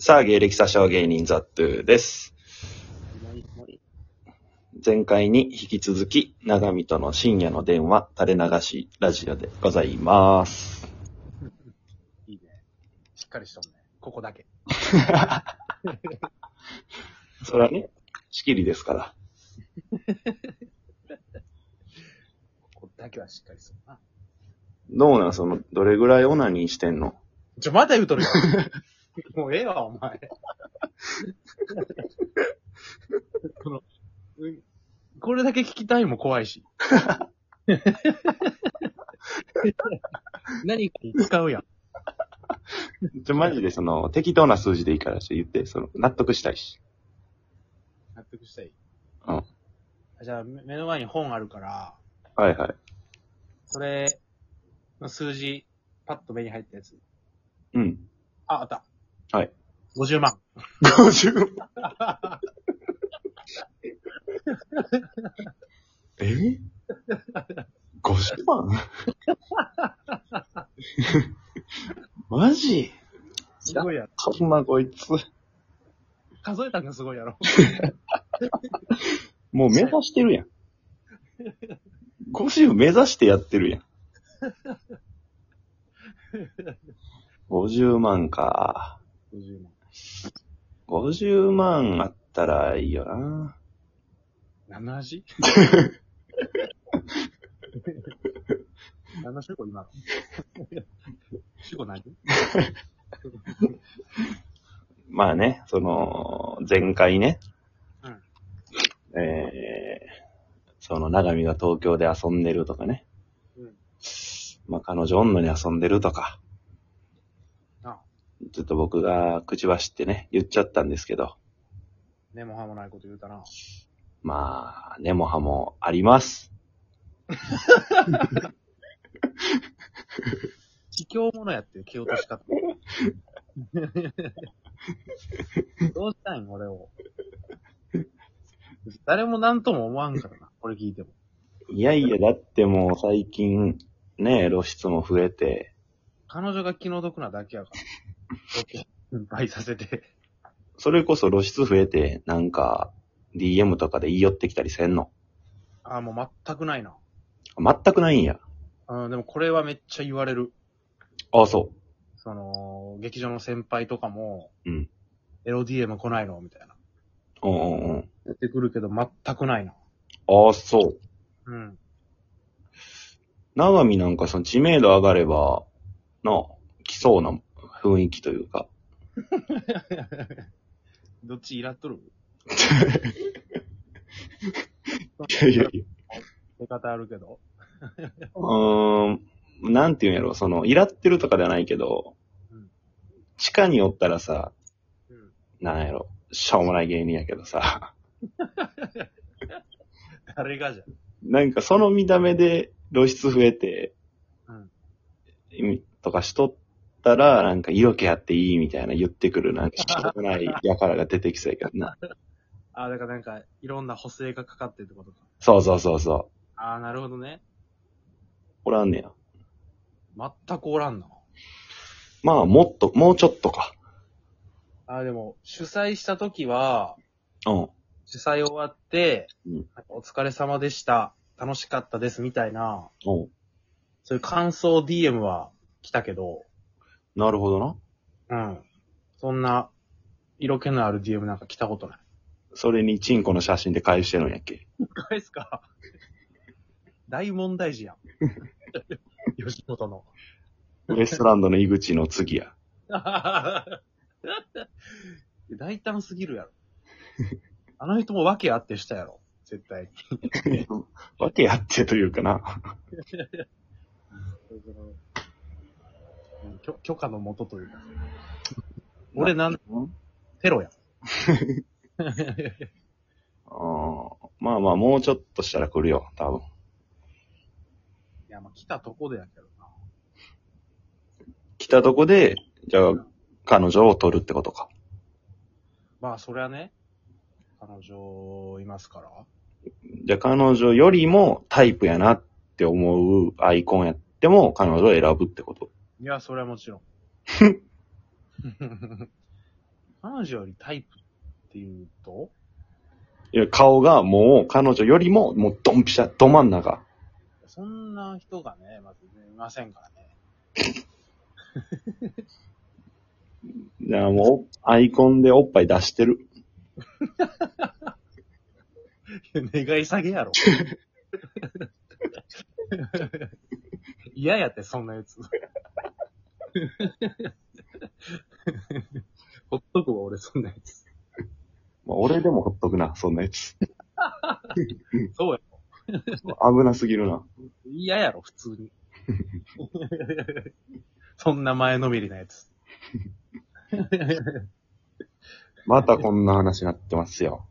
さあ、芸歴詐称芸人ザットゥです。前回に引き続き、長見との深夜の電話垂れ流しラジオでございます。 いいね。しっかりしとんね。ここだけ。 それはね、仕切りですから。 ここだけはしっかりするな。 どうなん、どれぐらいオナニーしてんの？ また言うとるよ。もうええわ、お前。これだけ聞きたいも怖いし。何かに使うやん。 マジで適当な数字でいいから言って、納得したいし。 納得したい。 うん。 じゃあ、目の前に本あるから。 はいはい。 それの数字、パッと目に入ったやつ。 うん。 あった。 はい。 50万。 50万え ?50 万マジすごいやろ。 そんなこいつ。 数えたんがすごいやろ。 もう目指してるやん。50目指してやってるやん。50万か。 50万。 50万あったらいいよな。 何の話何の主語今の主語何まあね、前回ね。 うん。 長見が東京で遊んでるとかね。 うん。 まあ彼女女に遊んでるとか。 あ。 ちょっと僕が口走ってね、言っちゃったんですけど。 根も葉もないこと言うたな。 まあ、根も葉もあります。 卑怯者やっていう蹴落とし方。どうしたん俺を。誰も何とも思わんからな、これ聞いても。 いやいや、だってもう最近、ね、露出も増えて。 彼女が気の毒なだけやから。心配させて。 それこそ露出増えて、DM とかで言い寄ってきたりせんの？ ああ、もう全くないな。 全くないんや。 うん、でもこれはめっちゃ言われる。 ああ、そう。 劇場の先輩とかも、 うん。 エロ DM 来ないのみたいな。 うんうんうん。 やってくるけど全くないな。 ああ、そう。 うん。 長見なんか知名度上がれば、来そうな雰囲気というか。 どっちイラっとるいやいやいや。 出方あるけど。 なんていうんやろ、イラってるとかではないけど、 うん、 地下におったらさ、 うん、 なんやろ、しょうもない芸人やけどさ。 誰がじゃん。 なんかその見た目で露出増えて、 うん、 とかしとったら、色気あっていいみたいな言ってくる、しょうもない輩が出てきそうやけどな。 あ、だからいろんな補正がかかってるってことか。 そうそうそうそう。 ああ、なるほどね。 おらんねや。 全くおらんな。 まあ、もうちょっとか。 ああ、でも、主催した時は、 うん。 主催終わって、 うん、 お疲れ様でした。楽しかったです、みたいな、 うん。 そういう感想 DM は来たけど、 なるほどな。 うん。そんな、色気のある DM なんか来たことない。 それにチンコの写真で返してるんやっけ。 返すか大問題児やん。吉本の。 ウエストランドの井口の次や。 大胆すぎるやろ。あの人も訳あってしたやろ。絶対に。 わけあってというかな。 許可のもとというか。俺テロやん。 まあまあ、もうちょっとしたら来るよ、多分。 いや、まあ来たとこでやけどな。 来たとこで、じゃあ、彼女を取るってことか。 まあ、そりゃね、彼女いますから。 じゃあ、彼女よりもタイプやなって思うアイコンやっても、彼女を選ぶってこと。 いや、それはもちろん。 彼女よりタイプっていうといや、顔がもう彼女よりももうドンピシャ、ど真ん中。 そんな人がね、まずいませんからね。 いや、もう、アイコンでおっぱい出してる。 願い下げやろ。嫌やって、そんなやつ。ほっとくわ、俺、そんなやつ。 まあ、俺でもほっとくな、そんなやつ。 そうや。 危なすぎるな。 嫌やろ、普通に。そんな前のめりなやつ。 またこんな話になってますよ。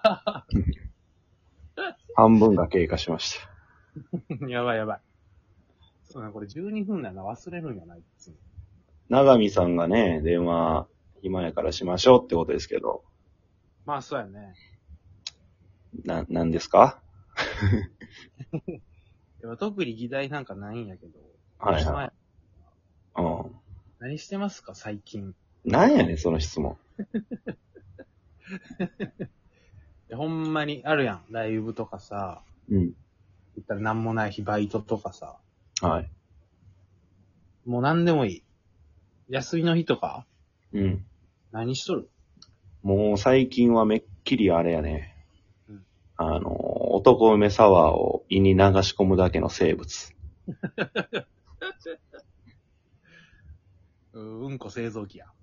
半分が経過しました。 やばいやばい。そうな、これ12分なの忘れるんやな、いつも。 長見さんがね、電話、暇やからしましょうってことですけど、 まあ、そうやね。 なんですか？ でも特に議題なんかないんやけど。 はいはい。うん。 何してますか、最近。 なんやねん、その質問。 ほんまにあるやん。ライブとかさ。 うん。 言ったらなんもない日バイトとかさ。 はい。 もう何でもいい。休みの日とかうん。 何しとる？ もう最近はめっきりあれやね。 うん。 男梅サワーを胃に流し込むだけの生物。 うんこ製造機や。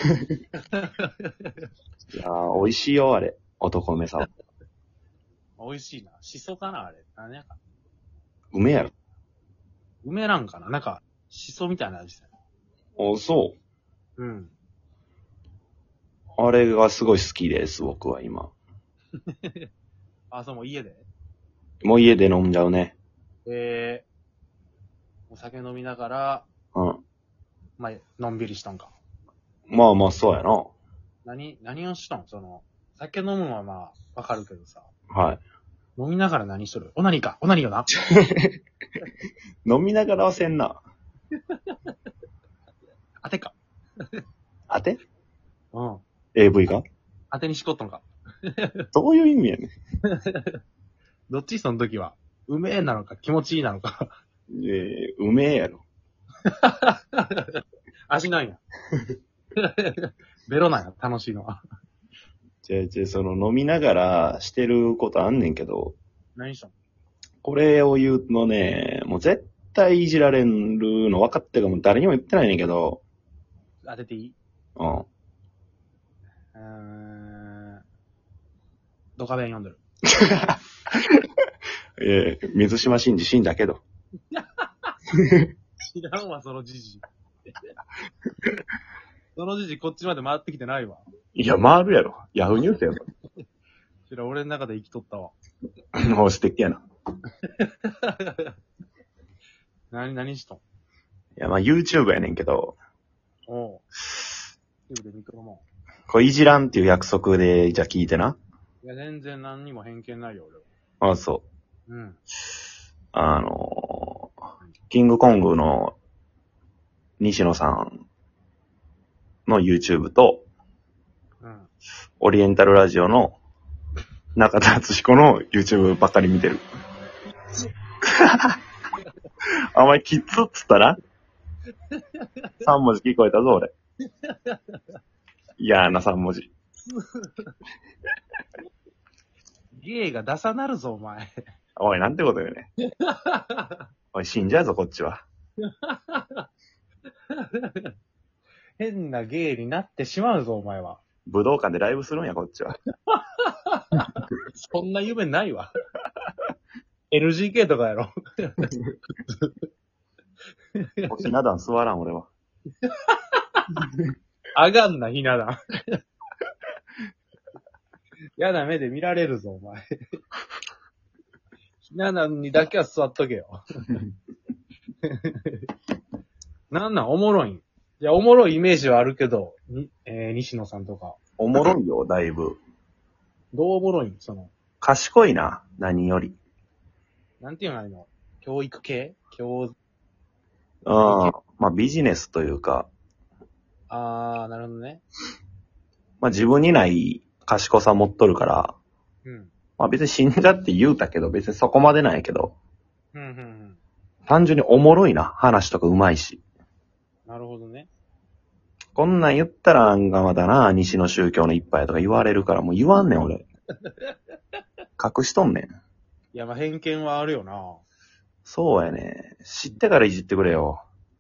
いやー、美味しいよ、あれ。男梅サワー。 美味しいな。しそかなあれ。何やか。 梅やろ。 梅なんかななんか、しそみたいな味したよ。 お、そうん。 う。あれがすごい好きです、僕は今。 あ、そう、もう家でもう家で飲んじゃうね。 お酒飲みながら、 うん。 まあ、のんびりしたんか。 まあまあ、そうやな。 何をしたん酒飲むのはまあ、わかるけどさ。 はい。 飲みながら何しとる？オナニーか。オナニーよな。 飲みながらはせんな。 当てか。 当て？ うん。 AV が当てにしこっとんか。 どういう意味やねどっちその時は。うめえなのか、気持ちいいなのか。 ん。うめえやろ。 味なんや。ベロなんや、楽しいのは。 その飲みながらしてることあんねんけど、 何したの？ これを言うのね、もう絶対いじられるの分かってるからもう誰にも言ってないねんけど、 当てていい？ うん。 ドカベン読んでる。 水島新司死んだけど。 知らんわ、そのじじ。そのじじこっちまで回ってきてないわ。 いや、回るやろ。ヤフーニュースやろ。 知らん、俺の中で生きとったわ。 もう素敵やな。 何しとん？ いや、まあ YouTube やねんけど、 おう。YouTube で見とるもこれいじらんっていう約束で、じゃあ聞いてな。 ん。いや、全然何にも偏見ないよ、俺は。 あ、そう。 うん。 キングコングの西野さんの YouTube と、 うん。 オリエンタルラジオの中田敦彦の YouTube ばっかり見てる。あんまりキッズっつったな。3文字聞こえたぞ、俺。嫌な3文字。 ゲイが出さなるぞ、お前。 おい、なんてこと言うね。おい、死んじゃうぞ、こっちは。 変なゲイになってしまうぞ、お前は。 武道館でライブするんや、こっちは。 そんな夢ないわ。LGK とかやろ。 ひな壇座らん、俺は。 あがんな、ひな壇。やだ目で見られるぞ、お前。ひな壇にだけは座っとけよ。なんおもろいん？いや、おもろいイメージはあるけど、西野さんとか。 おもろいよ、だいぶ。 どうおもろいん？ 賢いな、何より。 なんていうのあれの、教育系まあビジネスというか、 なるほどね。 まあ自分にない賢さ持っとるから、 うん。 まあ別に死んだって言うたけど、別にそこまでないけど、 うん。 単純におもろいな。話とか上手いし。 なるほどね。 こんなん言ったらなんかまだな、西の宗教の一派とか言われるからもう言わんねん俺。隠しとんねん。 いや、まあ偏見はあるよな。 そうやね。知ってからいじってくれよ。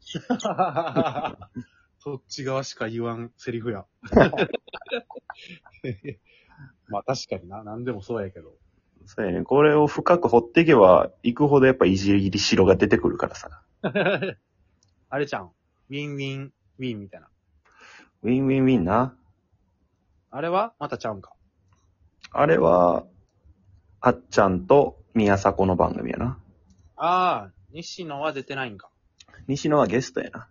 そっち側しか言わんセリフや。まあ確かにな。何でもそうやけど。 そうやね。これを深く掘っていけば、行くほどやっぱいじりしろが出てくるからさ。 あれちゃん。ウィンウィン、ウィンみたいな。 ウィンウィンウィンな。 あれはまたちゃうんか。 あれは、あっちゃんと宮迫の番組やな。 ああ、西野は出てないんか。 西野はゲストやな。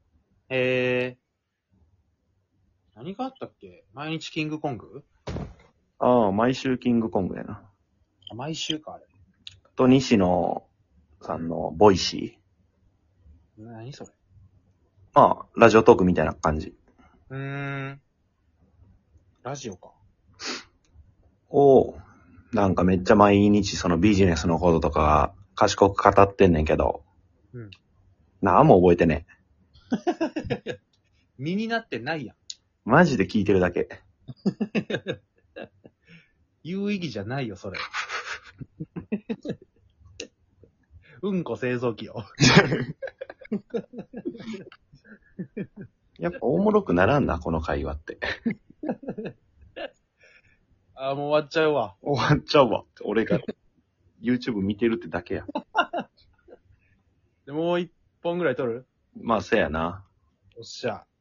何があったっけ？毎日キングコング？ ああ、毎週キングコングやな。 あ、毎週か、あれ。 と、西野さんのボイシー。 何それ？ まあ、ラジオトークみたいな感じ。 ラジオか。 を、なんかめっちゃ毎日そのビジネスのこととか賢く語ってんねんけど、 うん。 なんも覚えてねえ。 身になってないやん。 マジで聞いてるだけ。 有意義じゃないよ、それ。うんこ製造機よ。 やっぱおもろくならんな、この会話って。 あ、もう終わっちゃうわ。 終わっちゃうわ。俺が YouTube 見てるってだけや。 でもう一本ぐらい撮る？ まあ、せやな。 おっしゃ。